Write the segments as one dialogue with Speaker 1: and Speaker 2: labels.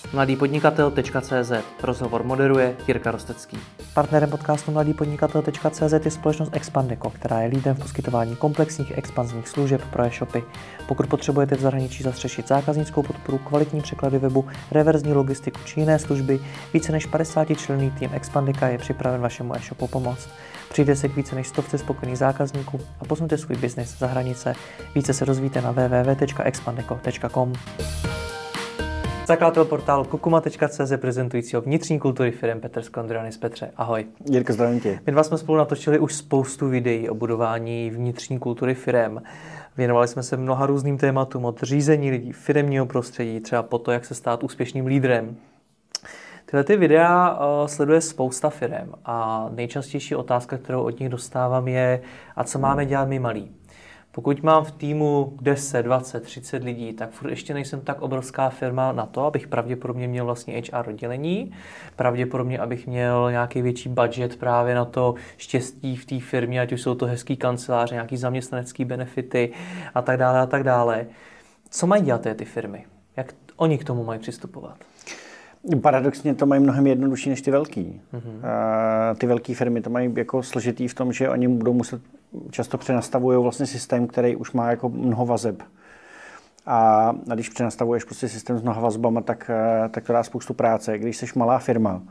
Speaker 1: mladýpodnikatel.cz. Rozhovor moderuje Jirka Rostecký. Partnerem podcastu mladýpodnikatel.cz je společnost Expandeco, která je lídrem v poskytování komplexních expanzních služeb pro e-shopy. Pokud potřebujete v zahraničí zastřešit zákaznickou podporu, kvalitní překlady webu, reverzní logistiku či jiné služby, více než 50členný tým Expandeca je připraven vašemu e-shopu pomoct. Přijde se k více než 100 spokojených zákazníků a posuňte svůj biznis za hranice. Více se dozvíte na www.expandeco.com. Zakladatel portálu kukuma.cz prezentujícího vnitřní kultury firem Petr Skondronis. Petře, ahoj.
Speaker 2: Jirko, zdravím tě.
Speaker 1: My dva jsme spolu natočili už spoustu videí o budování vnitřní kultury firem. Věnovali jsme se mnoha různým tématům, od řízení lidí, firemního prostředí, třeba po to, jak se stát úspěšným lídrem. Tyhle ty videa sleduje spousta firem a nejčastější otázka, kterou od nich dostávám, je, a co máme dělat my malí? Pokud mám v týmu 10, 20, 30 lidí, tak furt ještě nejsem tak obrovská firma na to, abych pravděpodobně měl vlastně HR oddělení, pravděpodobně abych měl nějaký větší budget právě na to štěstí v té firmě, ať už jsou to hezký kanceláře, nějaký zaměstnanecký benefity a tak dále a tak dále. Co mají dělat ty firmy? Jak oni k tomu mají přistupovat?
Speaker 2: Paradoxně to mají mnohem jednodušší než ty velký. Ty velké firmy to mají jako složitý v tom, že oni budou muset často přenastavují vlastně systém, který už má jako mnoho vazeb. A když přenastavuješ prostě systém s mnoha vazbama, tak to dá spoustu práce. Když jsi malá firma,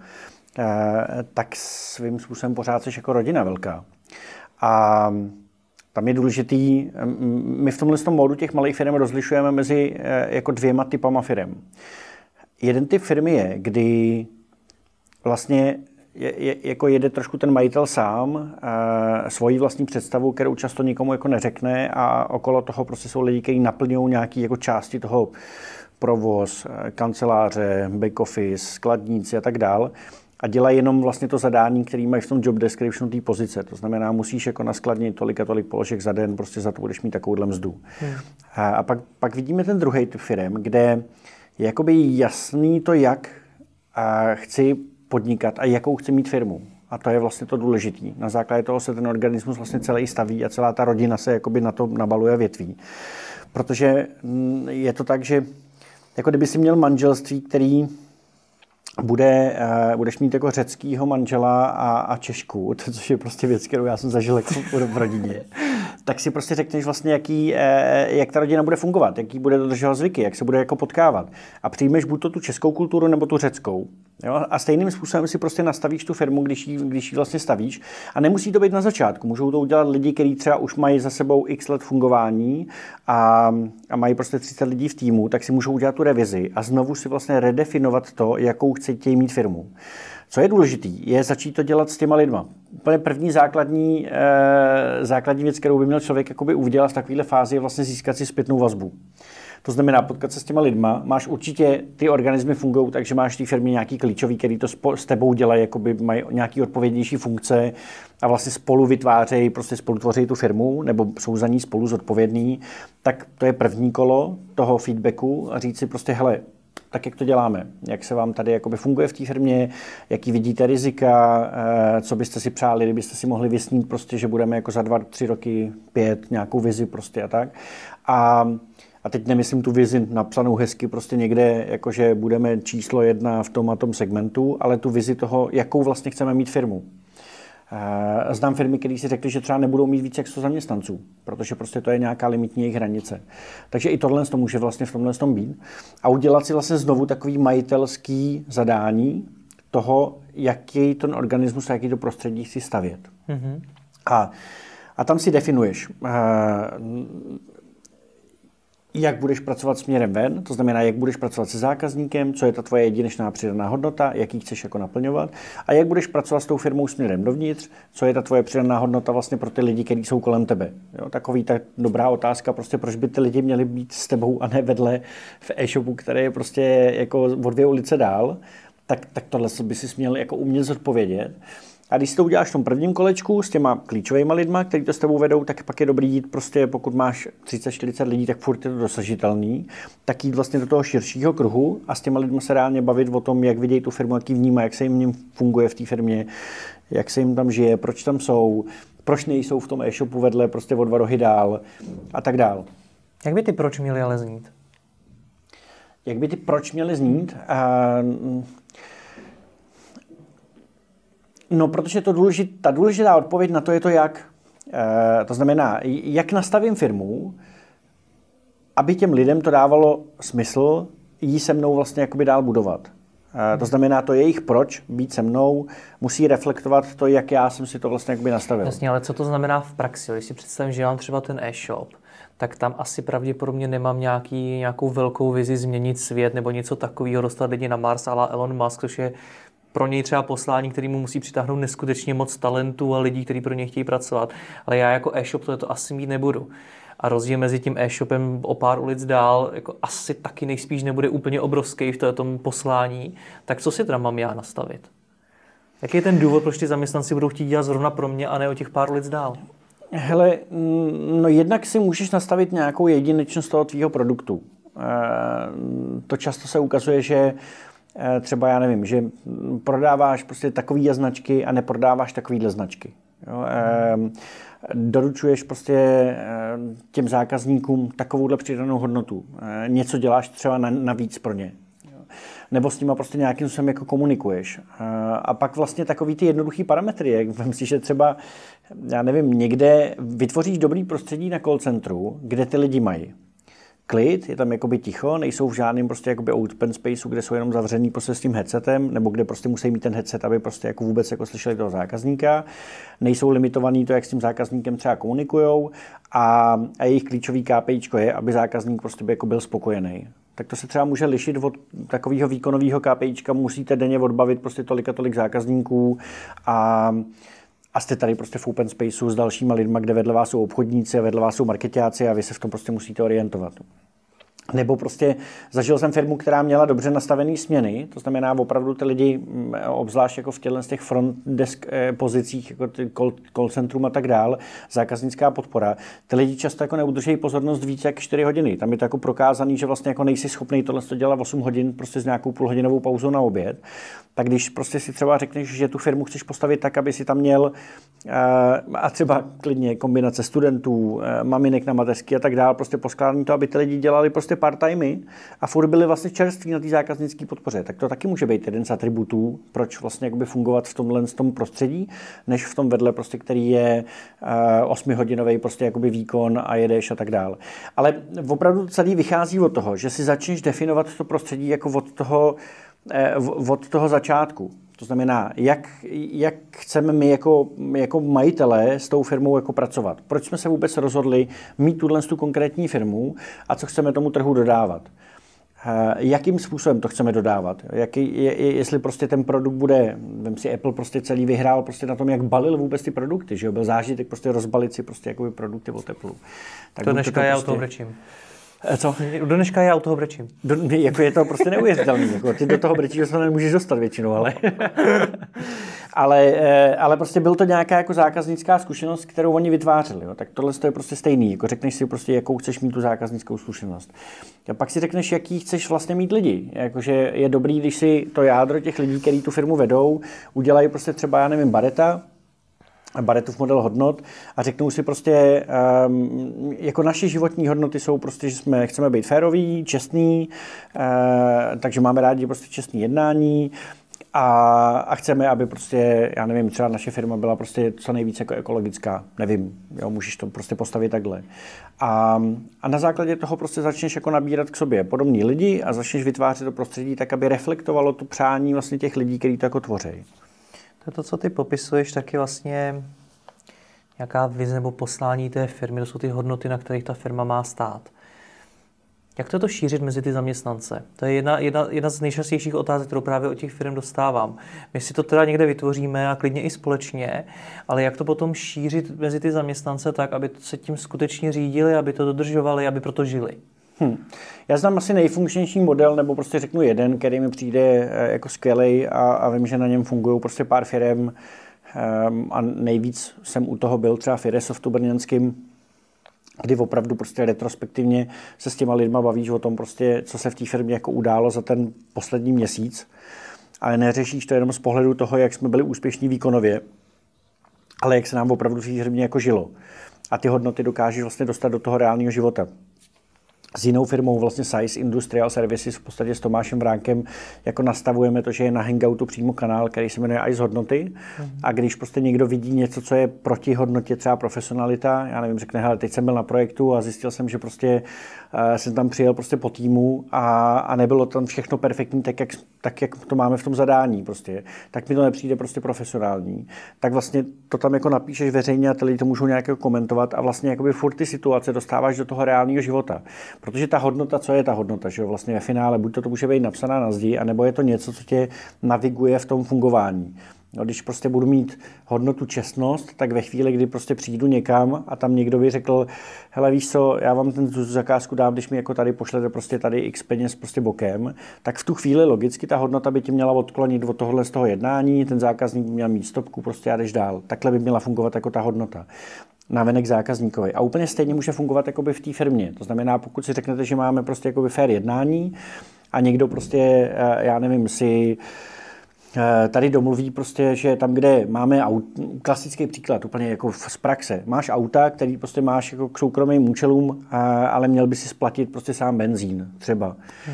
Speaker 2: tak svým způsobem pořád jsi jako rodina velká. A tam je důležitý, my v tomhle módu těch malých firm rozlišujeme mezi jako dvěma typama firm. Jeden typ firmy je, kdy vlastně jako jede trošku ten majitel sám svoji vlastní představu, kterou často nikomu jako neřekne, a okolo toho prostě jsou lidi, kteří naplňují nějaké jako části toho, provoz, kanceláře, back office, skladníci a tak dál, a dělají jenom vlastně to zadání, který mají v tom job descriptionu té pozice. To znamená, musíš jako naskladnit tolik a tolik položek za den, prostě za to budeš mít takovouhle mzdu. A pak vidíme ten druhý typ firm, kde je jakoby jasný to, jak chci podnikat a jakou chci mít firmu. A to je vlastně to důležitý. Na základě toho se ten organismus vlastně celý staví a celá ta rodina se jakoby na to nabaluje větví. Protože je to tak, že jako kdyby si měl manželství, který budeš mít jako řeckýho manžela a Češku, což je prostě věc, kterou já jsem zažil jako v rodině, tak si prostě řekneš vlastně, jak ta rodina bude fungovat, jaký bude dodržovat zvyky, jak se bude jako potkávat. A přijmeš buď to tu českou kulturu, nebo tu řeckou. Jo? A stejným způsobem si prostě nastavíš tu firmu, když ji vlastně stavíš. A nemusí to být na začátku. Můžou to udělat lidi, kteří třeba už mají za sebou x let fungování a mají prostě 30 lidí v týmu, tak si můžou udělat tu revizi a znovu si vlastně redefinovat to, jakou chtějí mít firmu. Co je důležitý, je začít to dělat s těma lidma. Úplně první základní věc, kterou by měl člověk jakoby udělat v takovéhle fázi, je vlastně získat si zpětnou vazbu. To znamená potkat se s těma lidma. Máš určitě, ty organismy fungují, takže máš v té firmě nějaký klíčový, který to s tebou dělají, jakoby mají nějaký odpovědnější funkce a vlastně spolu vytvářejí, prostě spolu tvoří tu firmu, nebo jsou za ní spolu zodpovědní. Tak to je první kolo toho feedbacku a říct si prostě, hele, tak jak to děláme, jak se vám tady jakoby funguje v té firmě, jaký vidíte rizika, co byste si přáli, kdybyste si mohli vysnít prostě, že budeme jako za 2-3 roky 5 nějakou vizi prostě a tak. A teď nemyslím tu vizi napsanou hezky prostě někde, jakože budeme číslo 1 v tom a tom segmentu, ale tu vizi toho, jakou vlastně chceme mít firmu. Znám firmy, které si řekly, že třeba nebudou mít víc jak 100 zaměstnanců, protože prostě to je nějaká limitní jejich hranice. Takže i tohle to může vlastně v tomhle tom být. A udělat si vlastně znovu takový majitelský zadání toho, jaký ten organismus a jaký to prostředí chci stavět. Mm-hmm. A tam si definuješ, jak budeš pracovat směrem ven, to znamená, jak budeš pracovat se zákazníkem, co je ta tvoje jedinečná přidaná hodnota, jaký chceš jako naplňovat, a jak budeš pracovat s tou firmou směrem dovnitř, co je ta tvoje přidaná hodnota vlastně pro ty lidi, kteří jsou kolem tebe. Jo, takový ta dobrá otázka, prostě proč by ty lidi měli být s tebou a ne vedle v e-shopu, který je prostě jako o 2 ulice dál, tak tohle by si měl jako umět zodpovědět. A když si to uděláš v tom prvním kolečku s těma klíčovými lidma, kteří to s tebou vedou, tak pak je dobrý jít prostě, pokud máš 30-40 lidí, tak furt je to dosažitelný, tak jít vlastně do toho širšího kruhu a s těma lidmi se reálně bavit o tom, jak vidějí tu firmu, jak ji vnímají, jak se jim funguje v té firmě, jak se jim tam žije, proč tam jsou, proč nejsou v tom e-shopu vedle, prostě o 2 rohy dál a tak dál.
Speaker 1: Jak by ty proč měli ale znít?
Speaker 2: Jak by ty proč měly znít? No, protože ta důležitá odpověď na to je to jak. To znamená, jak nastavím firmu, aby těm lidem to dávalo smysl jí se mnou vlastně jakoby dál budovat. To znamená, to jejich proč být se mnou musí reflektovat to, jak já jsem si to vlastně jakoby nastavil.
Speaker 1: Jasně, ale co to znamená v praxi? Když si představím, že mám třeba ten e-shop, tak tam asi pravděpodobně nemám nějakou velkou vizi změnit svět nebo něco takového, dostat lidi na Mars, ale Elon Musk, což je pro něj třeba poslání, který mu musí přitáhnout neskutečně moc talentů a lidí, kteří pro něj chtějí pracovat. Ale já jako e-shop to asi mít nebudu. A rozdíl mezi tím e-shopem o pár ulic dál jako asi taky nejspíš nebude úplně obrovský v tom poslání. Tak co si teda mám já nastavit? Jaký je ten důvod, proč ty zaměstnanci budou chtít dělat zrovna pro mě a ne o těch pár ulic dál?
Speaker 2: Hele, no jednak si můžeš nastavit nějakou jedinečnost toho tvýho produktu. To často se ukazuje, že třeba, já nevím, že prodáváš prostě takovýhle značky a neprodáváš takovýhle značky. Jo? Doručuješ prostě těm zákazníkům takovouhle přidanou hodnotu. Něco děláš třeba navíc pro ně. Nebo s nima prostě nějakým způsobem jako komunikuješ. A pak vlastně takový ty jednoduchý parametry, jak vem si, že třeba, já nevím, někde vytvoříš dobrý prostředí na call centru, kde ty lidi mají klid, je tam jakoby ticho, nejsou v žádném prostě jakoby open spaceu, kde jsou jenom zavřený prostě s tím headsetem, nebo kde prostě musí mít ten headset, aby prostě jako vůbec jako slyšeli toho zákazníka. Nejsou limitovaný to, jak s tím zákazníkem třeba komunikujou a jejich klíčový KPIčko je, aby zákazník prostě by jako byl spokojený. Tak to se třeba může lišit od takového výkonového KPIčka, musíte denně odbavit prostě tolik a tolik zákazníků a jste tady prostě v open spaceu s dalšíma lidma, kde vedle vás jsou obchodníci a vedle vás jsou marketáci a vy se v tom prostě musíte orientovat. Nebo prostě zažil jsem firmu, která měla dobře nastavený směny, to znamená opravdu ty lidi, obzvlášť jako v těch front desk pozicích, jako call centrum a tak dál, zákaznická podpora, ty lidi často jako neudržejí pozornost více jak 4 hodiny. Tam je to jako prokázaný, že vlastně jako nejsi schopný tohle dělat 8 hodin prostě s nějakou půlhodinovou pauzou na oběd. Tak když prostě si třeba řekneš, že tu firmu chceš postavit tak, aby si tam měl a třeba klidně kombinace studentů, maminek na mateřský a tak dál, prostě poskládaný to, aby ty lidi dělali prostě part-timey a furt byli vlastně čerství na té zákaznické podpoře. Tak to taky může být jeden z atributů, proč vlastně jakoby fungovat v tom prostředí, než v tom vedle, prostě, který je 8hodinový prostě jakoby výkon a jedeš a tak dál. Ale opravdu celý vychází od toho, že si začneš definovat to prostředí jako od toho začátku. To znamená, jak chceme my jako majitelé s tou firmou jako pracovat. Proč jsme se vůbec rozhodli mít tu konkrétní firmu a co chceme tomu trhu dodávat. Jakým způsobem to chceme dodávat. Jestli prostě ten produkt bude, vem si Apple prostě celý vyhrál prostě na tom, jak balil vůbec ty produkty, že jo, byl zážitek prostě rozbalit si prostě jakoby produkty od Apple. Tak
Speaker 1: to dneška já o toho brečím.
Speaker 2: Co?
Speaker 1: Do dneška já u toho brečím.
Speaker 2: Jako je to prostě neuvěřitelný. Jako, ty do toho brečí se nemůžeš dostat většinou, ale prostě byl to nějaká jako zákaznická zkušenost, kterou oni vytvářeli. Jo. Tak tohle je prostě stejný. Jako řekneš si prostě, jakou chceš mít tu zákaznickou zkušenost. A pak si řekneš, jaký chceš vlastně mít lidi. Jakože je dobrý, když si to jádro těch lidí, kteří tu firmu vedou, udělají prostě třeba, já nevím, Barrettův model hodnot a řeknou si prostě, jako naše životní hodnoty jsou prostě, že chceme být féroví, čestní, takže máme rádi prostě čestný jednání a chceme, aby prostě, já nevím, třeba naše firma byla prostě co nejvíce jako ekologická, nevím, jo, můžeš to prostě postavit takhle. A na základě toho prostě začneš jako nabírat k sobě podobní lidi a začneš vytvářet to prostředí tak, aby reflektovalo to přání vlastně těch lidí, kteří to jako tvoří.
Speaker 1: To, co ty popisuješ, tak je vlastně nějaká vize nebo poslání té firmy, to jsou ty hodnoty, na kterých ta firma má stát. Jak to šířit mezi ty zaměstnance? To je jedna z nejčastějších otázek, kterou právě od těch firm dostávám. My si to teda někde vytvoříme a klidně i společně, ale jak to potom šířit mezi ty zaměstnance tak, aby se tím skutečně řídili, aby to dodržovali, aby proto žili?
Speaker 2: Já znám asi nejfunkčnější model, nebo prostě řeknu jeden, který mi přijde jako skvělej a vím, že na něm fungují prostě pár firem a nejvíc jsem u toho byl třeba Firesoftu brněnským, kdy opravdu prostě retrospektivně se s těma lidma bavíš o tom prostě, co se v té firmě jako událo za ten poslední měsíc, ale neřešíš to jenom z pohledu toho, jak jsme byli úspěšní výkonově, ale jak se nám opravdu v té firmě jako žilo. A ty hodnoty dokážeš vlastně dostat do toho reálného života. s jinou firmou, vlastně Size Industrial Services, v podstatě s Tomášem Vránkem, jako nastavujeme to, že je na Hangoutu přímo kanál, který se jmenuje Ice hodnoty. A když prostě někdo vidí něco, co je proti hodnotě, třeba profesionalita, já nevím, řekne, hele, teď jsem byl na projektu a zjistil jsem, že prostě jsem tam přijel prostě po týmu a nebylo tam všechno perfektní, tak jak to máme v tom zadání prostě, tak mi to nepřijde prostě profesionální. Tak vlastně to tam jako napíšeš veřejně a ty lidi to můžou nějak komentovat a vlastně jakoby furt ty situace dostáváš do toho reálného života. Protože ta hodnota, co je ta hodnota, že jo, vlastně ve finále, buď to může být napsaná na zdi, anebo je to něco, co tě naviguje v tom fungování. No, když prostě budu mít hodnotu čestnost, tak ve chvíli, kdy prostě přijdu někam a tam někdo by řekl, hele, víš co, já vám tu zakázku dám, když mi jako tady pošlete prostě tady x peněz prostě bokem, tak v tu chvíli logicky ta hodnota by tě měla odklonit od tohohle z toho jednání, ten zákazník by měl mít stopku prostě a jdeš dál. Takhle by měla fungovat jako ta hodnota navenek zákazníkovi. A úplně stejně může fungovat jakoby v té firmě. To znamená, pokud si řeknete, že máme prostě jakoby fair jednání a někdo prostě, já nevím, si tady domluví prostě, že tam, kde máme klasický příklad, úplně jako z praxe, máš auta, který prostě máš jako k soukromým účelům, ale měl by si splatit prostě sám benzín třeba.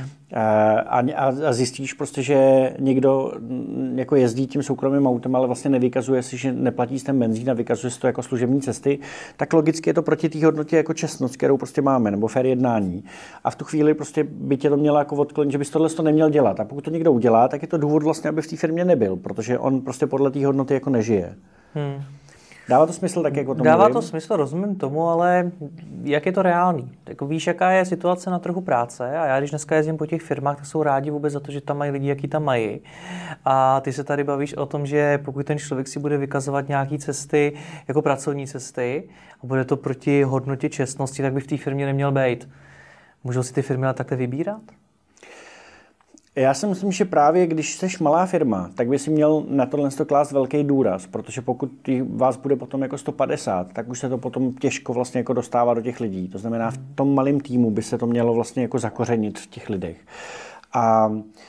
Speaker 2: A zjistíš prostě, že někdo jako jezdí tím soukromým autem, ale vlastně nevykazuje si, že neplatí ten benzín a vykazuje si to jako služební cesty, tak logicky je to proti té hodnotě jako čestnost, kterou prostě máme, nebo fair jednání. A v tu chvíli prostě by tě to mělo jako odklonit, že bys tohle to neměl dělat. A pokud to někdo udělá, tak je to důvod vlastně, aby v té firmě nebyl, protože on prostě podle té hodnoty jako nežije. Dává to smysl tak, jak o tom
Speaker 1: Dává
Speaker 2: mluvím?
Speaker 1: to smysl, rozumím tomu, ale jak je to reálný? Jako víš, jaká je situace na trhu práce a já, když dneska jezdím po těch firmách, tak jsou rádi vůbec za to, že tam mají lidi, jaký tam mají. A ty se tady bavíš o tom, že pokud ten člověk si bude vykazovat nějaké cesty, jako pracovní cesty, a bude to proti hodnotě čestnosti, tak by v té firmě neměl být. Můžou si ty firmy ale takhle vybírat?
Speaker 2: Já si myslím, že právě když jsi malá firma, tak by si měl na tohle klást velký důraz, protože pokud vás bude potom jako 150, tak už se to potom těžko vlastně jako dostává do těch lidí. To znamená, v tom malém týmu by se to mělo vlastně jako zakořenit v těch lidech. A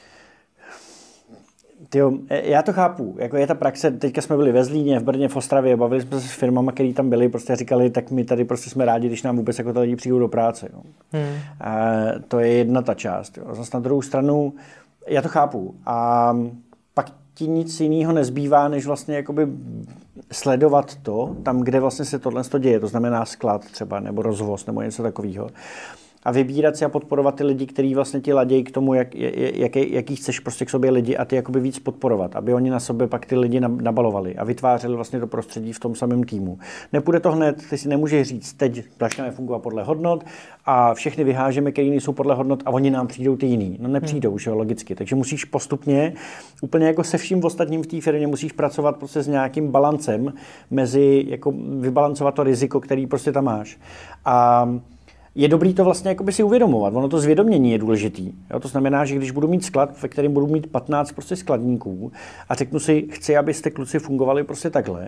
Speaker 2: tyjo, já to chápu, jako je ta praxe, teďka jsme byli ve Zlíně, v Brně, v Ostravě, bavili jsme se s firmama, který tam byli, prostě říkali, tak my tady prostě jsme rádi, když nám vůbec jako ty lidi přijdou do práce. Jo. To je jedna ta část. Jo. Zase na druhou stranu, já to chápu. A pak ti nic jiného nezbývá, než vlastně jakoby sledovat to, tam, kde vlastně se tohle děje, to znamená sklad třeba, nebo rozvoz, nebo něco takového. A vybírat si a podporovat ty lidi, kteří vlastně ti ladějí k tomu, jaký chceš prostě k sobě lidi a ty jakoby víc podporovat, aby oni na sobě pak ty lidi nabalovali a vytvářeli vlastně to prostředí v tom samém týmu. Nepůjde to hned, ty si nemůžeš říct, teď začneme fungovat podle hodnot a všechny vyhážeme, který nejsou podle hodnot a oni nám přijdou ty jiný. No nepřijdou, že jo, logicky. Takže musíš postupně, úplně jako se vším ostatním v té firmě, musíš pracovat prostě s nějakým balancem mezi, jako vybalancovat to riziko, který prostě tam máš. A je dobrý to vlastně jakoby si uvědomovat. Ono to zvědomění je důležitý. Jo? To znamená, že když budu mít sklad, ve kterém budu mít 15 prostě skladníků a řeknu si, chci, abyste kluci fungovali prostě takhle,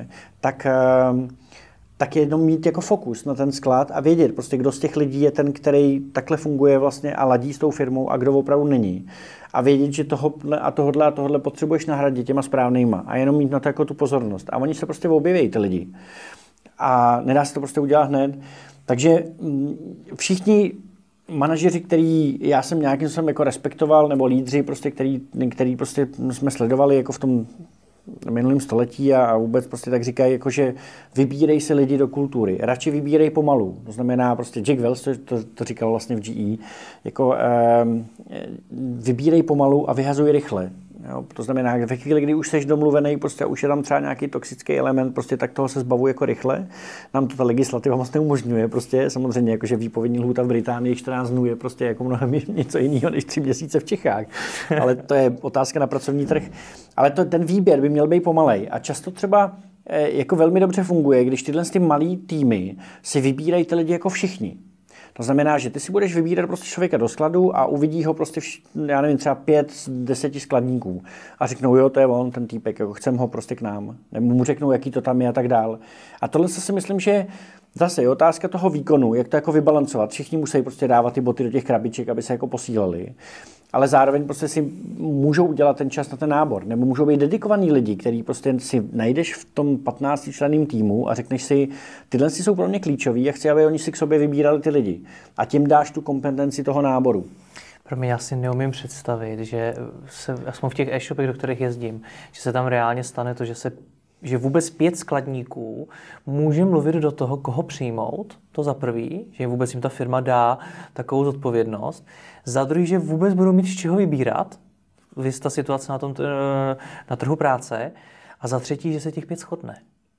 Speaker 2: tak jenom mít jako fokus na ten sklad a vědět, prostě kdo z těch lidí je ten, který takhle funguje vlastně a ladí s tou firmou a kdo opravdu není. A vědět, že tohle potřebuješ nahradit těma správnýma a jenom mít na to jako tu pozornost. A oni se prostě objeví, ty lidi. A nedá se to prostě udělat hned. Takže všichni manažeři, který já jsem nějakým způsobem jako respektoval, nebo lídři, prostě, který prostě jsme sledovali jako v tom minulém století a vůbec prostě tak říkají, jako, že vybírej si lidi do kultury. Radši vybírej pomalu. To znamená prostě Jack Welch to říkal vlastně v GE. Jako, vybírej pomalu a vyhazuj rychle. Jo, to znamená, že ve chvíli, kdy už jsi domluvený, prostě už je tam třeba nějaký toxický element, prostě tak toho se zbavuje jako rychle. Nám to ta legislativa vlastně neumožňuje, prostě samozřejmě, jakože výpovědní lhůta v Británii 14 dnů je prostě jako mnohem něco jiného než 3 měsíce v Čechách. Ale to je otázka na pracovní trh. Ale ten výběr by měl být pomalej a často třeba jako velmi dobře funguje, když tyhle malý týmy si vybírají ty lidi jako všichni. To znamená, že ty si budeš vybírat prostě člověka do skladu a uvidí ho prostě, já nevím, třeba 5 z 10 skladníků. A řeknou, jo, to je on, ten týpek, jako chcem ho prostě k nám. Nebo mu řeknou, jaký to tam je a tak dál. A tohle si myslím, že zase je otázka toho výkonu, jak to jako vybalancovat. Všichni musí prostě dávat ty boty do těch krabiček, aby se jako posílali. ale zároveň prostě si můžou udělat ten čas na ten nábor, nebo můžou být dedikovaní lidi, který prostě si najdeš v tom 15členném týmu a řekneš si, tyhle jsou pro mě klíčoví a chci, aby oni si k sobě vybírali ty lidi. A tím dáš tu kompetenci toho náboru.
Speaker 1: Pro mě já si neumím představit, že se, aspoň v těch e-shopech, do kterých jezdím, že se tam reálně stane to, že vůbec 5 skladníků může mluvit do toho, koho přijmout, to za prvý, že vůbec jim ta firma dá takovou zodpovědnost. Za druhý, že vůbec budou mít z čeho vybírat, viz ta situace na trhu práce. A za třetí, že se těch 5 shodne.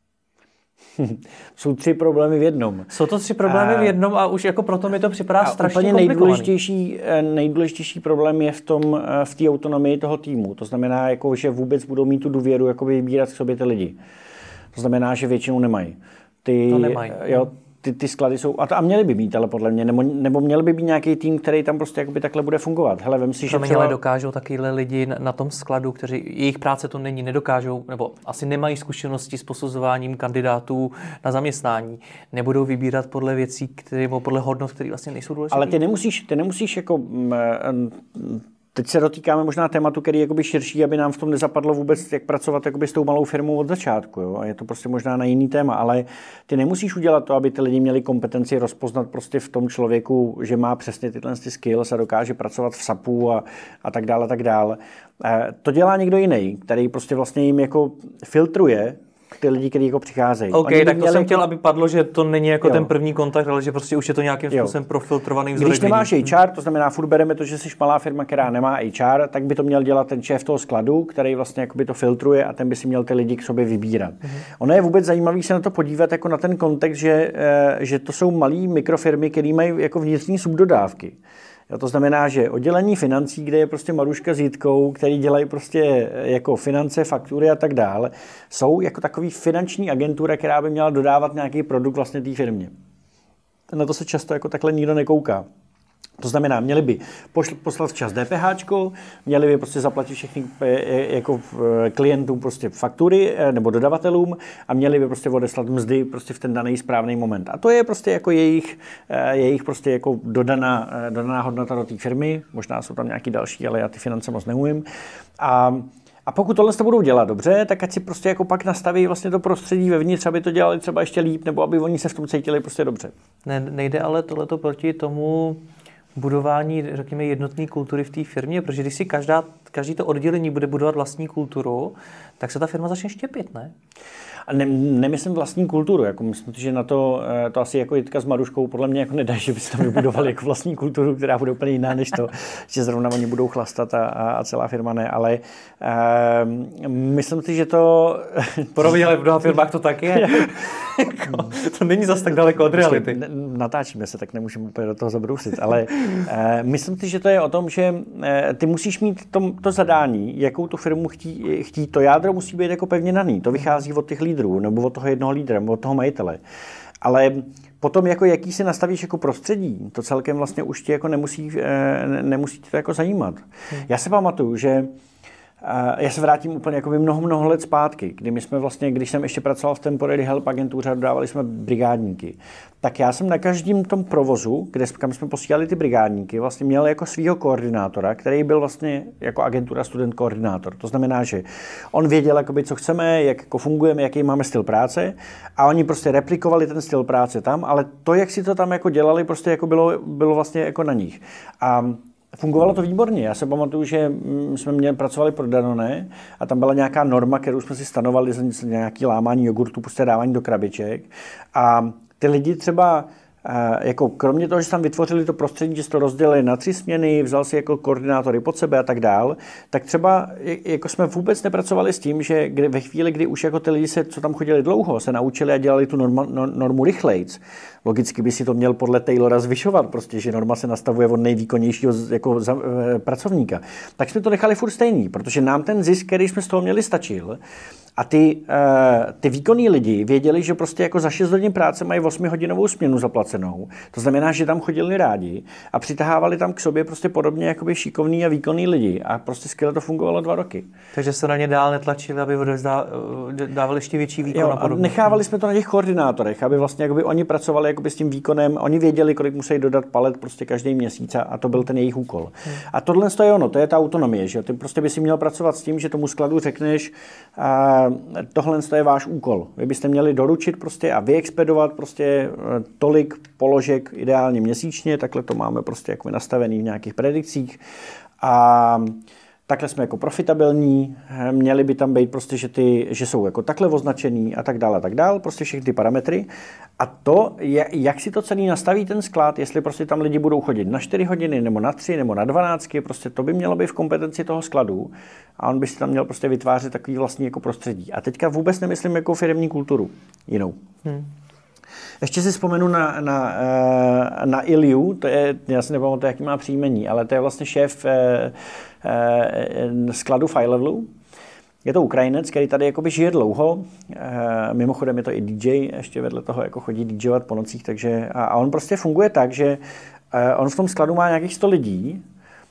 Speaker 2: Jsou 3 problémy v jednom.
Speaker 1: Jsou to 3 problémy v jednom a už jako proto mi to připadá strašně
Speaker 2: úplně
Speaker 1: komplikovaný.
Speaker 2: nejdůležitější problém je v té autonomii toho týmu. To znamená, jako, že vůbec budou mít tu důvěru jako vybírat k sobě ty lidi. To znamená, že většinou nemají.
Speaker 1: To nemají.
Speaker 2: Jo, ty sklady jsou, a měli by mít, ale podle mě, nebo měli by být nějaký tým, který tam prostě jakoby takhle bude fungovat. Hele, vem si, že
Speaker 1: třeba dokážou takovýhle lidi na tom skladu, kteří jejich práce to není, nedokážou, nebo asi nemají zkušenosti s posuzováním kandidátů na zaměstnání. Nebudou vybírat podle věcí, nebo podle hodnot, které vlastně nejsou důležité.
Speaker 2: Ale ty nemusíš jako teď se dotýkáme možná tématu, který je jakoby širší, aby nám v tom nezapadlo vůbec, jak pracovat jakoby s tou malou firmou od začátku. Jo? A je to prostě možná na jiný téma, ale ty nemusíš udělat to, aby ty lidi měli kompetenci rozpoznat prostě v tom člověku, že má přesně tyhle skills a dokáže pracovat v SAPu a tak dále, a tak dále. To dělá někdo jiný, který prostě vlastně jim jako filtruje ty lidi, kteří jako přicházejí.
Speaker 1: OK, tak to jsem chtěl, aby padlo, že to není jako ten první kontakt, ale že prostě už je to nějakým způsobem profiltrovaný vzorek.
Speaker 2: Když nemáš HR, to znamená, furt bereme to, že jsi malá firma, která nemá HR, tak by to měl dělat ten šéf toho skladu, který vlastně jakoby to filtruje a ten by si měl ty lidi k sobě vybírat. Ono je vůbec zajímavý se na to podívat jako na ten kontext, že to jsou malý mikrofirmy, které mají jako vnitřní subdodávky. Jo, to znamená, že oddělení financí, kde je prostě Maruška s Jitkou, který dělají prostě jako finance, faktury a tak dále, jsou jako takový finanční agentura, která by měla dodávat nějaký produkt vlastně té firmě. Na to se často jako takhle nikdo nekouká. To znamená, měli by poslat včas DPHčko, měli by prostě zaplatit všechny jako klientům prostě faktury nebo dodavatelům a měli by prostě odeslat mzdy prostě v ten daný správný moment. A to je prostě jako jejich prostě jako dodaná hodnota do té firmy. Možná jsou tam nějaký další, ale já ty finance moc neumím. A pokud tohle to budou dělat dobře, tak ať si prostě jako pak nastaví vlastně to prostředí vevnitř, aby to dělali třeba ještě líp, nebo aby oni se v tom cítili prostě dobře.
Speaker 1: Nejde ale tohleto proti tomu budování, řekněme, jednotné kultury v té firmě, protože když si každý to oddělení bude budovat vlastní kulturu, tak se ta firma začne štěpit, ne?
Speaker 2: A nemyslím vlastní kulturu, jako myslím, že na to asi jako Jitka s Maruškou podle mě jako nedají, že by si tam vybudovali jako vlastní kulturu, která bude úplně jiná než to, že zrovna oni budou chlastat a celá firma ne, ale myslím si, že to...
Speaker 1: Podobně, ale v mnoha firmách to tak je. To není zas tak daleko od reality.
Speaker 2: Natáčíme se, tak nemůžeme úplně do toho zabrousit, ale myslím si, že to je o tom, že ty musíš mít to zadání, jakou tu firmu chtí, to jádro musí být jako pevně daný, to vychází od těch lídrů, nebo od toho jednoho lídra, nebo od toho majitele. Ale potom, jako jaký si nastavíš jako prostředí, to celkem vlastně už ti jako nemusí to jako zajímat. Já se pamatuju, že já se vrátím úplně jako mnoho let zpátky, kdy my jsme vlastně, když jsem ještě pracoval v Temporary Help agentuře a dodávali jsme brigádníky, tak já jsem na každém tom provozu, kam jsme posílali ty brigádníky, vlastně měl jako svýho koordinátora, který byl vlastně jako agentura student koordinátor. To znamená, že on věděl, jakoby, co chceme, jak jako fungujeme, jaký máme styl práce a oni prostě replikovali ten styl práce tam, ale to, jak si to tam jako dělali, prostě jako bylo vlastně jako na nich. A fungovalo to výborně. Já se pamatuju, že jsme pracovali pro Danone a tam byla nějaká norma, kterou jsme si stanovali za nějaký lámání jogurtu, prostě dávání do krabiček. A ty lidi třeba, jako kromě toho, že tam vytvořili to prostředí, že se to rozdělili na 3 směny, vzal si jako koordinátory pod sebe a tak dál, tak třeba jako jsme vůbec nepracovali s tím, že ve chvíli, kdy už jako ty lidi, co tam chodili dlouho, se naučili a dělali tu normu rychlejc, logicky by si to měl podle Taylora zvyšovat, prostě, že norma se nastavuje od nejvýkonnějšího jako pracovníka. Tak jsme to nechali furt stejný, protože nám ten zisk, který jsme z toho měli, stačil. A ty výkonní lidi věděli, že prostě jako za 6 hodin práce mají 8hodinovou směnu zaplacenou. zaplacenou. To znamená, že tam chodili rádi a přitahávali tam k sobě prostě podobně jakoby šikovný a výkonný lidi a prostě skvěle to fungovalo 2 roky.
Speaker 1: Takže se na ně dál netlačili, aby dávali ještě větší výkon a podobně.
Speaker 2: Nechávali jsme to na těch koordinátorech, aby vlastně jakoby oni pracovali jakoby s tím výkonem, oni věděli, kolik musí dodat palet prostě každý měsíc a to byl ten jejich úkol. A tohle je ono, to je ta autonomie, že ty prostě by si měl pracovat s tím, že tomu skladu řekneš, tohle je váš úkol. Vy byste měli doručit prostě a vyexpedovat prostě tolik položek ideálně měsíčně, takhle to máme prostě jako nastavený v nějakých predikcích a takhle jsme jako profitabilní, měli by tam být prostě, že jsou jako takhle označený a tak dále, prostě všechny ty parametry. A to, jak si to celý nastaví ten sklad, jestli prostě tam lidi budou chodit na 4 hodiny, nebo na 3, nebo na 12, prostě to by mělo být v kompetenci toho skladu a on by si tam měl prostě vytvářet takový vlastní jako prostředí. A teďka vůbec nemyslím jako firemní kulturu jinou. Ještě si vzpomenu na Ilju, to je, já si nepamatuji, jaký má příjmení, ale to je vlastně šéf skladu FileLevelu. Je to Ukrajinec, který tady jakoby žije dlouho, mimochodem je to i DJ, ještě vedle toho jako chodí DJovat po nocích, takže a on prostě funguje tak, že on v tom skladu má nějakých 100 lidí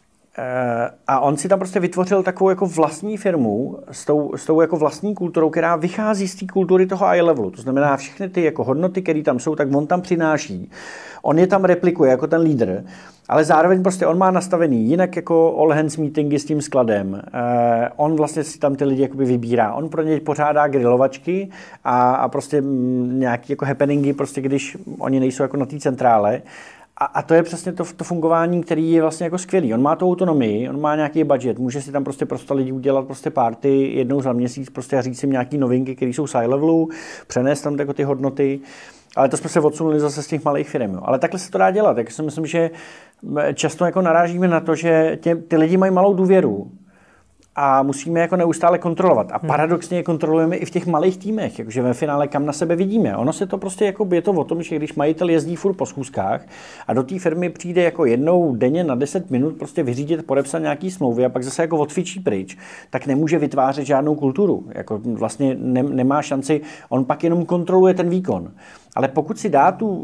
Speaker 2: a on si tam prostě vytvořil takovou jako vlastní firmu s tou jako vlastní kulturou, která vychází z té kultury toho iLevelu. To znamená, všechny ty jako hodnoty, které tam jsou, tak on tam přináší. On je tam replikuje jako ten lídr, ale zároveň prostě on má nastavený jinak jako all hands meetingy s tím skladem. On vlastně si tam ty lidi jakoby vybírá. On pro ně pořádá grilovačky a prostě nějaký jako happeningy, prostě když oni nejsou jako na té centrále. A to je přesně to fungování, který je vlastně jako skvělý. On má tu autonomii, on má nějaký budget, může si tam prostě pro 100 lidí udělat prostě party jednou za měsíc prostě a říct si nějaký novinky, které jsou high levelu, přenést tam jako ty hodnoty. Ale to jsme se odsunuli zase z těch malých firm. Jo. Ale takhle se to dá dělat. Tak si myslím, že často jako narážíme na to, že ty lidi mají malou důvěru a musíme jako neustále kontrolovat. A paradoxně je kontrolujeme i v těch malých týmech, jakože ve finále kam na sebe vidíme. Ono se to prostě jako je to o tom, že když majitel jezdí furt po schůzkách a do té firmy přijde jako jednou denně na 10 minut prostě vyřídit, podepsat nějaký smlouvy a pak zase jako odfičí pryč, tak nemůže vytvářet žádnou kulturu. Jako vlastně nemá šanci, on pak jenom kontroluje ten výkon. Ale pokud si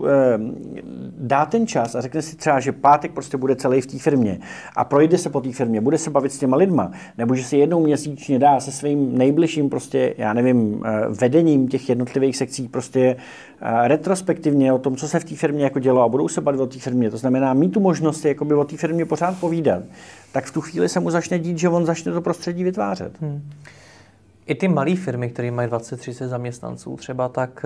Speaker 2: dá ten čas a řekne si třeba, že pátek prostě bude celý v té firmě a projde se po té firmě, bude se bavit s těma lidma, nebo že si jednou měsíčně dá se svým nejbližším prostě, já nevím, vedením těch jednotlivých sekcí prostě retrospektivně o tom, co se v té firmě jako dělo a budou se bavit o té firmě, to znamená mít tu možnost jakoby o té firmě pořád povídat, tak v tu chvíli se mu začne dít, že on začne to prostředí vytvářet.
Speaker 1: I ty malé firmy, které mají 20-30 zaměstnanců třeba, tak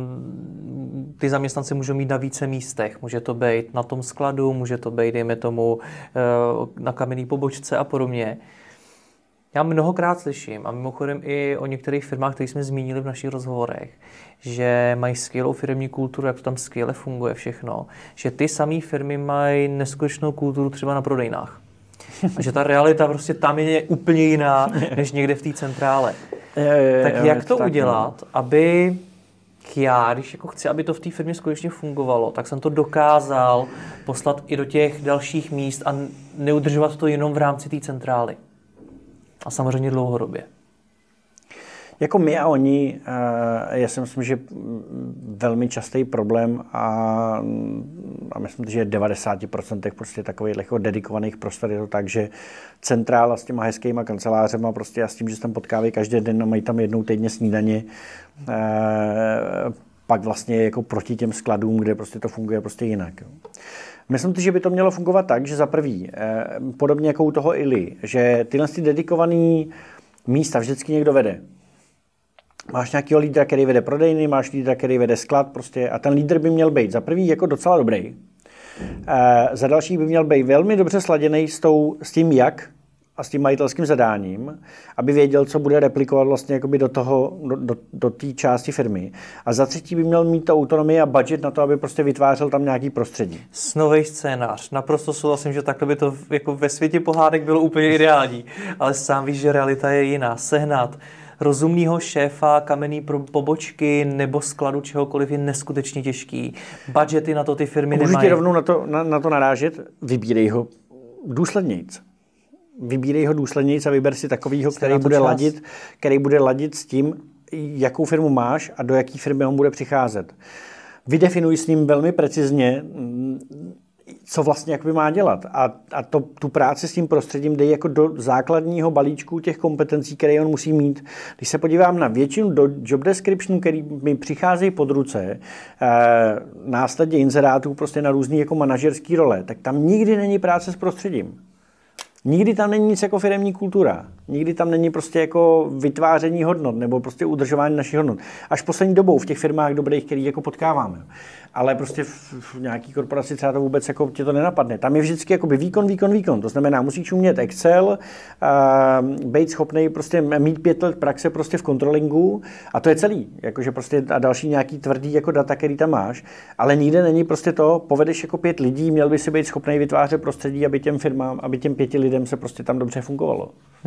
Speaker 1: ty zaměstnanci můžou mít na více místech. Může to být na tom skladu, může to být, dejme tomu, na kamenné pobočce a podobně. Já mnohokrát slyším, a mimochodem i o některých firmách, které jsme zmínili v našich rozhovorech, že mají skvělou firemní kulturu, jak to tam skvěle funguje všechno, že ty samé firmy mají neskutečnou kulturu třeba na prodejnách. A že ta realita prostě tam je úplně jiná, než někde v té centrále. Tak jak to udělat, aby já, když jako chci, aby to v té firmě skutečně fungovalo, tak jsem to dokázal poslat i do těch dalších míst a neudržovat to jenom v rámci té centrály. A samozřejmě dlouhodobě.
Speaker 2: Jako my a oni, já si myslím, že velmi častý problém a myslím, že 90% prostě takových jako dedikovaných prostor je to tak, že centrála s těma hezkýma kancelářema prostě a s tím, že se tam potkávají každý den a mají tam jednou týdně snídaně, pak vlastně jako proti těm skladům, kde prostě to funguje prostě jinak. Jo. Myslím, že by to mělo fungovat tak, že za prvý, podobně jako u toho Ili, že tyhle dedikované místa vždycky někdo vede. Máš nějakého lídra, který vede prodejny, máš lídra, který vede sklad prostě a ten lídr by měl být za prvý jako docela dobrý. Za další by měl být velmi dobře sladěný s tím jak a s tím majitelským zadáním, aby věděl, co bude replikovat vlastně jakoby do té části firmy. A za třetí by měl mít autonomii a budget na to, aby prostě vytvářel tam nějaký prostředí.
Speaker 1: Snový scénář. Naprosto souhlasím, že takhle by to jako ve světě pohádek bylo úplně ideální. Ale sám víš, že realita je jiná. Sehnat rozumného šéfa, kamenný pobočky nebo skladu čehokoliv je neskutečně těžký. Budgety na to ty firmy nemají.
Speaker 2: Můžu ti rovnou na to narážet? Vybírej ho důslednějc. Vybírej ho důslednějc a vyber si takovýho, který bude ladit s tím, jakou firmu máš a do jaký firmy on bude přicházet. vydefinuj s ním velmi precizně, co vlastně jakoby má dělat. A tu práci s tím prostředím dej jako do základního balíčku těch kompetencí, které on musí mít. Když se podívám na většinu do job description, který mi přicházejí pod ruce, následně inzerátů prostě na různý jako manažerský role, tak tam nikdy není práce s prostředím. Nikdy tam není nic jako firemní kultura. Nikdy tam není prostě jako vytváření hodnot nebo prostě udržování našich hodnot. Až poslední dobou v těch firmách dobrých, který jako potkáváme. Ale prostě v nějaký korporaci třeba to vůbec jako tě to nenapadne. Tam je vždycky jakoby výkon. To znamená, musíš umět Excel, být schopný prostě mít 5 let praxe prostě v kontrolingu a to je celý. Jakože prostě a další nějaký tvrdý jako data, který tam máš, ale nikde není prostě to, povedeš jako 5 lidí, měl by si být schopný vytvářet prostředí, aby těm firmám, aby těm 5 lidem se prostě tam dobře fungovalo.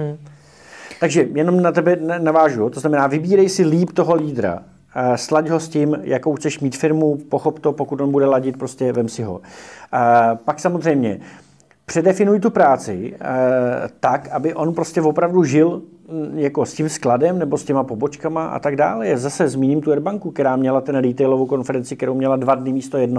Speaker 2: Takže jenom na tebe navážu, to znamená, vybírej si líp toho lídra. Slaď ho s tím, jakou chceš mít firmu, pochop to, pokud on bude ladit, prostě vem si ho. Pak samozřejmě předefinuj tu práci tak, aby on prostě opravdu žil jako s tím skladem nebo s těma pobočkama a tak dále. Zase zmíním tu Airbanku, která měla ten retailovou konferenci, kterou měla 2 dny místo 1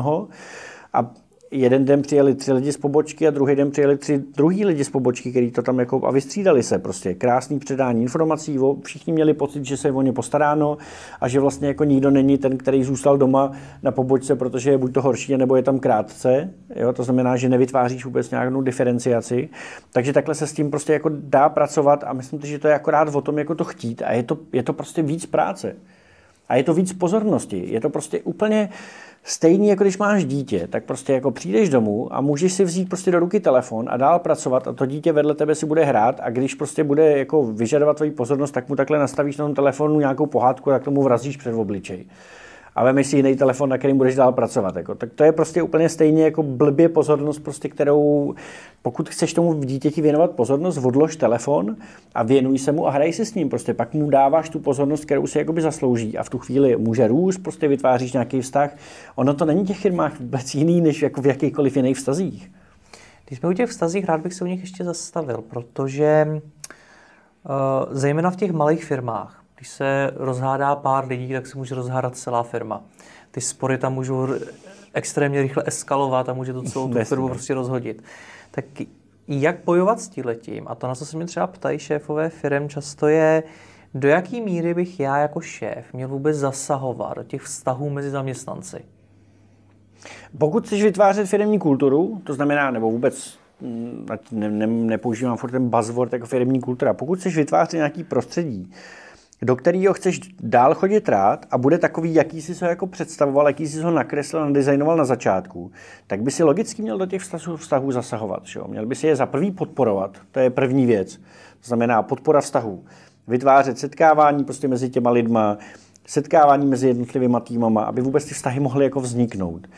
Speaker 2: a jeden den přijeli 3 lidi z pobočky a druhý den přijeli 3 druhý lidi z pobočky, který to tam jako a vystřídali se prostě. Krásný předání informací, všichni měli pocit, že se o ně postaráno a že vlastně jako nikdo není ten, který zůstal doma na pobočce, protože je buď to horší, nebo je tam krátce. Jo? To znamená, že nevytváříš vůbec nějakou diferenciaci. Takže takhle se s tím prostě jako dá pracovat a myslím, že to je akorát o tom, jako to chtít a je to prostě víc práce. A je to víc pozornosti. Je to prostě úplně stejný, jako když máš dítě, tak prostě jako přijdeš domů a můžeš si vzít prostě do ruky telefon a dál pracovat a to dítě vedle tebe si bude hrát a když prostě bude jako vyžadovat tvoji pozornost, tak mu takhle nastavíš na tom telefonu nějakou pohádku a k tomu vrazíš před obličej. A vemeš si jiný telefon, na kterým budeš dál pracovat. Jako. Tak to je prostě úplně stejně jako blbě pozornost, prostě, kterou, pokud chceš tomu dítěti věnovat pozornost, odlož telefon a věnuj se mu a hraj si s ním. Prostě pak mu dáváš tu pozornost, kterou si jakoby zaslouží a v tu chvíli může růst, prostě vytváříš nějaký vztah. Ono to není v těch firmách vůbec jiný, než jako v jakýchkoliv jiných vztazích.
Speaker 1: Když jsme u těch vztazích, rád bych se u nich ještě zastavil, protože zejména v těch malých firmách, když se rozhádá pár lidí, tak se může rozhádat celá firma. Ty spory tam můžou extrémně rychle eskalovat a může to celou tu firmu prostě rozhodit. Tak jak bojovat s tímhletím? A to, na co se mě třeba ptají šéfové firem, často je, do jaký míry bych já jako šéf měl vůbec zasahovat do těch vztahů mezi zaměstnanci?
Speaker 2: Pokud chceš vytvářet firemní kulturu, to znamená, nebo vůbec nepoužívám furt ten buzzword jako firemní kultura, pokud chceš vytvářet nějaký prostředí, do kterého chceš dál chodit rád a bude takový, jaký jsi ho jako představoval, jaký jsi ho nakreslil, nadizajnoval na začátku, tak by si logicky měl do těch vztahů zasahovat. Že? Měl by si je za prvý podporovat, to je první věc. To znamená podpora vztahů. Vytvářet setkávání prostě mezi těma lidma, setkávání mezi jednotlivýma týmama, aby vůbec ty vztahy mohly jako vzniknout.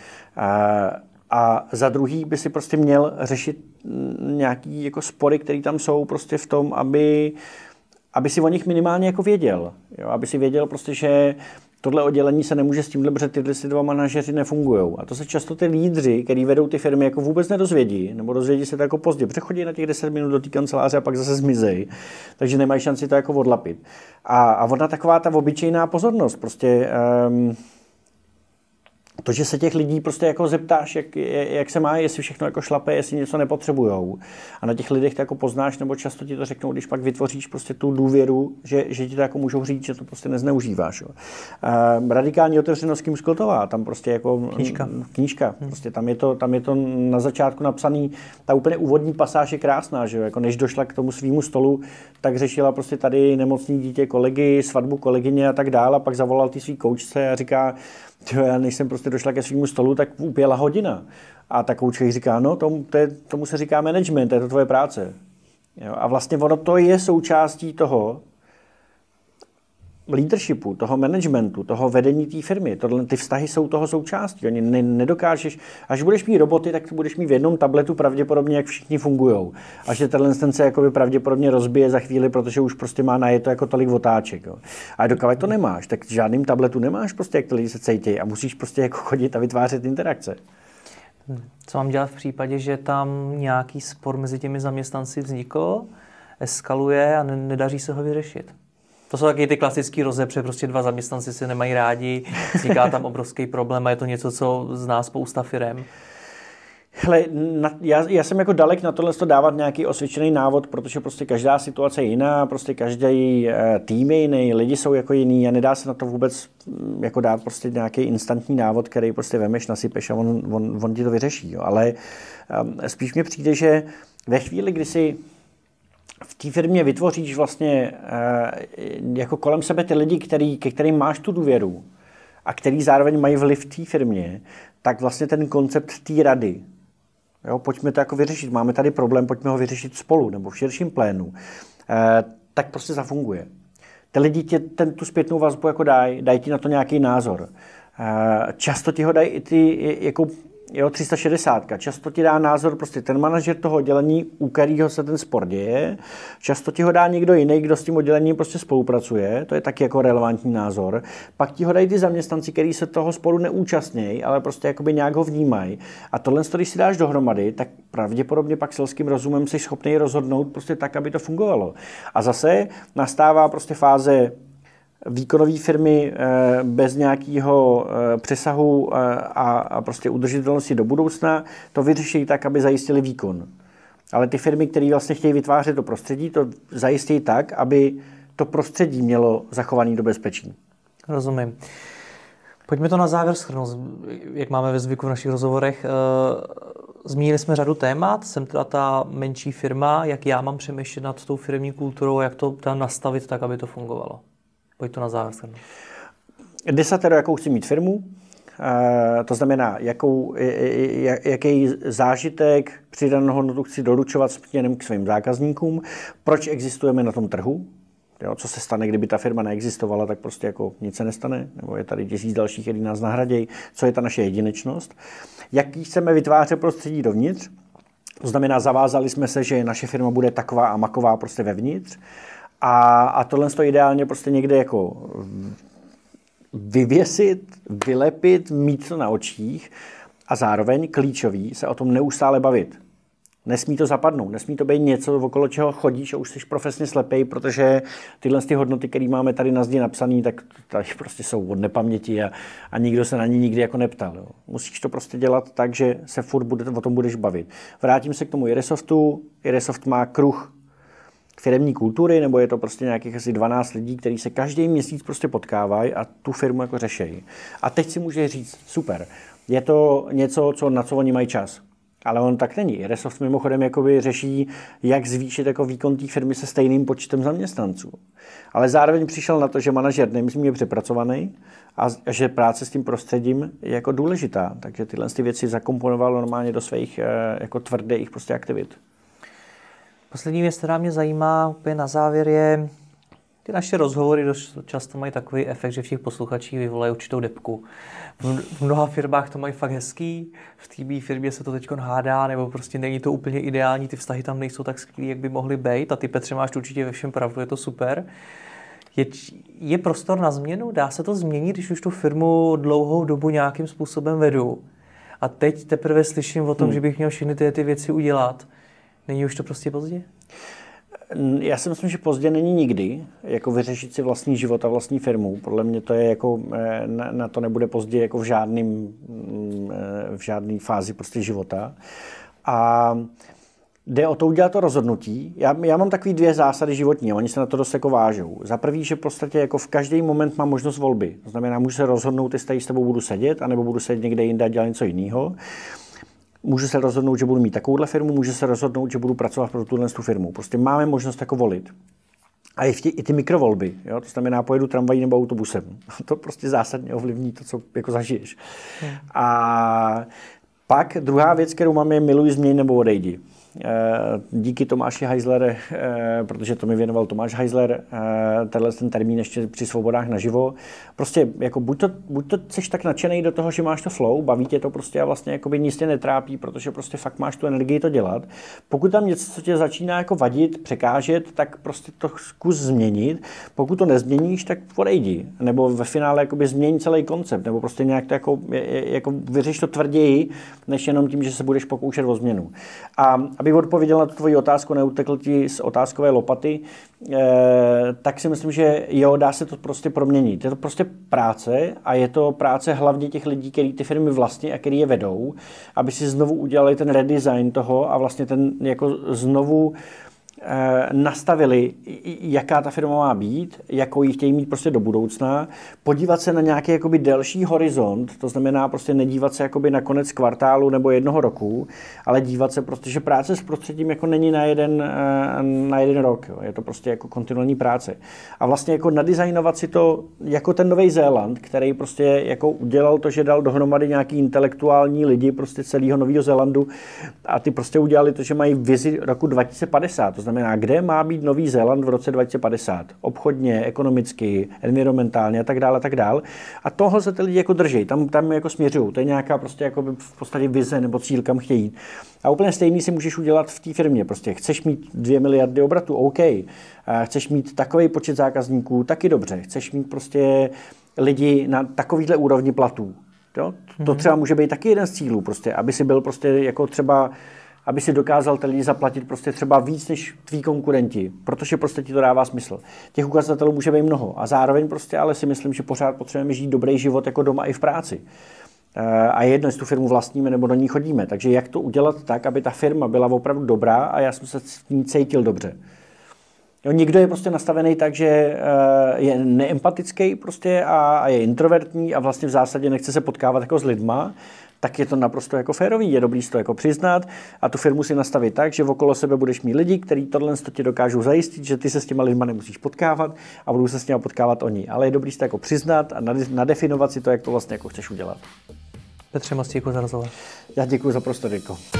Speaker 2: A za druhý by si prostě měl řešit nějaký jako spory, které tam jsou prostě v tom, aby si o nich minimálně jako věděl. Jo? Aby si věděl prostě, že tohle oddělení se nemůže s tímhle, protože tyhle 2 manažeři nefungujou. A to se často ty lídři, který vedou ty firmy, jako vůbec nedozvědí, nebo dozvědí se to jako pozdě. Přechodí na těch 10 minut do té kanceláře a pak zase zmizej. Takže nemají šanci to jako odlapit. A ona taková ta obyčejná pozornost, prostě to, že se těch lidí prostě jako zeptáš, jak se má, jestli všechno jako šlape, jestli něco nepotřebujou. A na těch lidech to jako poznáš, nebo často ti to řeknou, když pak vytvoříš prostě tu důvěru, že ti to jako můžou říct, že to prostě nezneužíváš. Jo. Radikální otevřenost Kim Scottová, tam prostě jako knížka. Prostě tam je to na začátku napsaný, ta úplně úvodní pasáž je krásná, že jo. Jako než došla k tomu svýmu stolu, tak řešila prostě tady nemocný dítě kolegy, svatbu kolegyně a tak dále, a pak zavolal ty svý koučce a říká, já než jsem prostě došla ke svému stolu, tak upěla hodina. A ta koučka jí říká, no tomu se říká management, to je to tvoje práce. Jo? A vlastně ono to je součástí toho leadershipu, toho managementu, toho vedení té firmy. Ty vztahy jsou toho součástí. Oni nedokážeš, až budeš mít roboty, tak budeš mít v jednom tabletu pravděpodobně, jak všichni fungujou. A že ten se jakoby pravděpodobně rozbije za chvíli, protože už prostě má najeto jako tolik otáček. Jo. A dokud to nemáš, tak žádným tabletu nemáš prostě, jak ty lidi se cejtějí a musíš prostě jako chodit a vytvářet interakce.
Speaker 1: Co mám dělat v případě, že tam nějaký spor mezi těmi zaměstnanci vznikl, eskaluje a nedaří se ho vyřešit? To jsou taky ty klasický rozepře, prostě dva zaměstnanci se nemají rádi, vzniká tam obrovský problém a je to něco, co zná spousta firem.
Speaker 2: Hele, já jsem jako dalek na tohle dávat nějaký osvědčený návod, protože prostě každá situace je jiná, prostě každý tým je jiný, lidi jsou jako jiný a nedá se na to vůbec jako dát prostě nějaký instantní návod, který prostě vemeš, nasypeš a on ti to vyřeší. Jo. Ale spíš mně přijde, že ve chvíli, kdy si v té firmě vytvoříš vlastně jako kolem sebe ty lidi, ke kterým máš tu důvěru a který zároveň mají vliv v té firmě, tak vlastně ten koncept té rady, jo, pojďme to jako vyřešit, máme tady problém, pojďme ho vyřešit spolu nebo v širším plénu, tak prostě zafunguje. Ty lidi ti tu zpětnou vazbu jako dají ti na to nějaký názor. Často ti ho dají i ty jako 360. Často ti dá názor prostě ten manažer toho oddělení, u kterého se ten spor děje. Často ti ho dá někdo jiný, kdo s tím oddělením prostě spolupracuje. To je taky jako relevantní názor. Pak ti ho dají ty zaměstnanci, kteří se toho sporu neúčastnějí, ale prostě jakoby nějak ho vnímají. A tohle, když si dáš dohromady, tak pravděpodobně pak selským rozumem jsi schopný rozhodnout prostě tak, aby to fungovalo. A zase nastává prostě fáze výkonové firmy bez nějakého přesahu a prostě udržitelnosti do budoucna to vyřeší tak, aby zajistili výkon. Ale ty firmy, které vlastně chtějí vytvářet to prostředí, to zajistí tak, aby to prostředí mělo zachovaný do bezpečí.
Speaker 1: Rozumím. Pojďme to na závěr shrnout, jak máme ve zvyku v našich rozhovorech. Zmínili jsme řadu témat, jsem teda ta menší firma, jak já mám přemýšlet nad tou firmní kulturou, jak to tam nastavit tak, aby to fungovalo. Pojď to na závěr shrnout.
Speaker 2: Desatero, jakou chci mít firmu, to znamená, jaký zážitek, přidanou hodnotu chci doručovat směrem k svým zákazníkům, proč existujeme na tom trhu, jo, co se stane, kdyby ta firma neexistovala, tak prostě jako nic se nestane, nebo je tady 1000 dalších, který nás nahradějí, co je ta naše jedinečnost, jaký chceme vytvářet prostředí dovnitř, to znamená, zavázali jsme se, že naše firma bude taková a maková prostě vevnitř, a tohle to ideálně prostě někde jako vyvěsit, vylepit, mít to na očích a zároveň klíčový se o tom neustále bavit. Nesmí to zapadnout, nesmí to být něco, okolo čeho chodíš a už jsi profesně slepej, protože tyhle ty hodnoty, které máme tady na zdi napsané, tak tady prostě jsou od nepaměti a nikdo se na ní nikdy jako neptal. Jo. Musíš to prostě dělat tak, že se furt o tom budeš bavit. Vrátím se k tomu Iresoftu. Iresoft má kruh firemní kultury, nebo je to prostě nějakých asi 12 lidí, kteří se každý měsíc prostě potkávají a tu firmu jako řešejí. A teď si může říct, super, je to něco, na co oni mají čas. Ale on tak není. Iresoft mimochodem jakoby řeší, jak zvýšit jako výkon té firmy se stejným počtem zaměstnanců. Ale zároveň přišel na to, že manažer nemusí být přepracovaný a že práce s tím prostředím je jako důležitá. Takže tyhle ty věci zakomponoval normálně do svých jako tvrdých prostě aktivit.
Speaker 1: Poslední věc, která mě zajímá úplně na závěr, je, ty naše rozhovory dost často mají takový efekt, že v těch posluchačích vyvolají určitou depku. V mnoha firmách to mají fakt hezký, v té firmě se to teď hádá, nebo prostě není to úplně ideální, ty vztahy tam nejsou tak skvělý, jak by mohly být. A ty, Petře, máš určitě ve všem pravdu, je to super. Je prostor na změnu? Dá se to změnit, když už tu firmu dlouhou dobu nějakým způsobem vedu? A teď teprve slyším o tom, že bych měl všechny ty věci udělat. Není už to prostě pozdě?
Speaker 2: Já si myslím, že pozdě není nikdy, jako vyřešit si vlastní život a vlastní firmu. Podle mě to je jako, na to nebude pozdě jako v žádné fázi prostě života. A jde o to udělat to rozhodnutí. Já mám takový 2 zásady životní a oni se na to dost jako vážou. Za prvý, že v podstatě jako v každý moment mám možnost volby. To znamená, můžu se rozhodnout, jestli s tebou budu sedět, anebo budu sedět někde jinde a dělat něco jiného. Můžu se rozhodnout, že budu mít takovouhle firmu, můžu se rozhodnout, že budu pracovat pro tuhle firmu. Prostě máme možnost jako volit. A i ty mikrovolby, jo? To znamená, pojedu tramvají nebo autobusem. To prostě zásadně ovlivní to, co jako zažiješ. A pak druhá věc, kterou mám, je miluj, změň nebo odejdi. Díky Tomáši Heisler, protože to mi věnoval Tomáš Heisler, ten termín ještě při Svobodách naživo. Prostě jako buď to jsi tak nadšený do toho, že máš to flow, baví tě to prostě a vlastně jakoby nic tě netrápí, protože prostě fakt máš tu energii to dělat. Pokud tam něco, co tě začíná jako vadit, překážet, tak prostě to zkus změnit. Pokud to nezměníš, tak odejdi. Nebo ve finále jakoby změň celý koncept, nebo prostě nějak to jako vyřeš to tvrději, než jenom tím, že se budeš pokoušet o změnu. A aby abych odpověděl na tu tvoji otázku, neutekl ti z otázkové lopaty, tak si myslím, že jo, dá se to prostě proměnit. Je to prostě práce a je to práce hlavně těch lidí, kteří ty firmy vlastní a kteří je vedou, aby si znovu udělali ten redesign toho a vlastně ten jako znovu nastavili, jaká ta firma má být, jakou ji chtějí mít prostě do budoucna, podívat se na nějaký jakoby delší horizont, to znamená prostě nedívat se jakoby na konec kvartálu nebo jednoho roku, ale dívat se prostě, že práce s prostředím jako není na jeden rok, jo. Je to prostě jako kontinuální práce. A vlastně jako nadizajnovat si to jako ten Nový Zéland, který prostě jako udělal to, že dal dohromady nějaký intelektuální lidi prostě celého Nového Zélandu a ty prostě udělali to, že mají vizi roku 2050, to znamená, kde má být Nový Zéland v roce 2050. Obchodně, ekonomicky, environmentálně a tak dále, a tak dále. A toho se ty lidi jako drží, tam jako směřují. To je nějaká prostě jako v podstatě vize nebo cíl, kam chtějí jít. A úplně stejný si můžeš udělat v té firmě. Prostě chceš mít 2 miliardy obratu, OK. Chceš mít takový počet zákazníků, taky dobře. Chceš mít prostě lidi na takovýhle úrovni platů. Jo? To třeba může být taky jeden z cílů, prostě, aby si byl prostě jako třeba aby si dokázal ty lidi zaplatit prostě třeba víc než tví konkurenti, protože prostě ti to dává smysl. Těch ukazatelů může být mnoho a zároveň prostě ale si myslím, že pořád potřebujeme žít dobrý život jako doma i v práci. A je jedno, jestli tu firmu vlastníme nebo do ní chodíme. Takže jak to udělat tak, aby ta firma byla opravdu dobrá a já jsem se s ní cítil dobře. Jo, někdo je prostě nastavený tak, že je neempatický prostě a je introvertní a vlastně v zásadě nechce se potkávat jako s lidma, tak je to naprosto jako férový, je dobrý si to jako přiznat a tu firmu si nastavit tak, že okolo sebe budeš mít lidi, kteří tohle ti dokážou zajistit, že ty se s těma lidma nemusíš potkávat a budou se s těma potkávat oni. Ale je dobrý si to jako přiznat a nadefinovat si to, jak to vlastně jako chceš udělat.
Speaker 1: Petře, moc děkuji za rozhovor.
Speaker 2: Já děkuji za prostor, Jirko.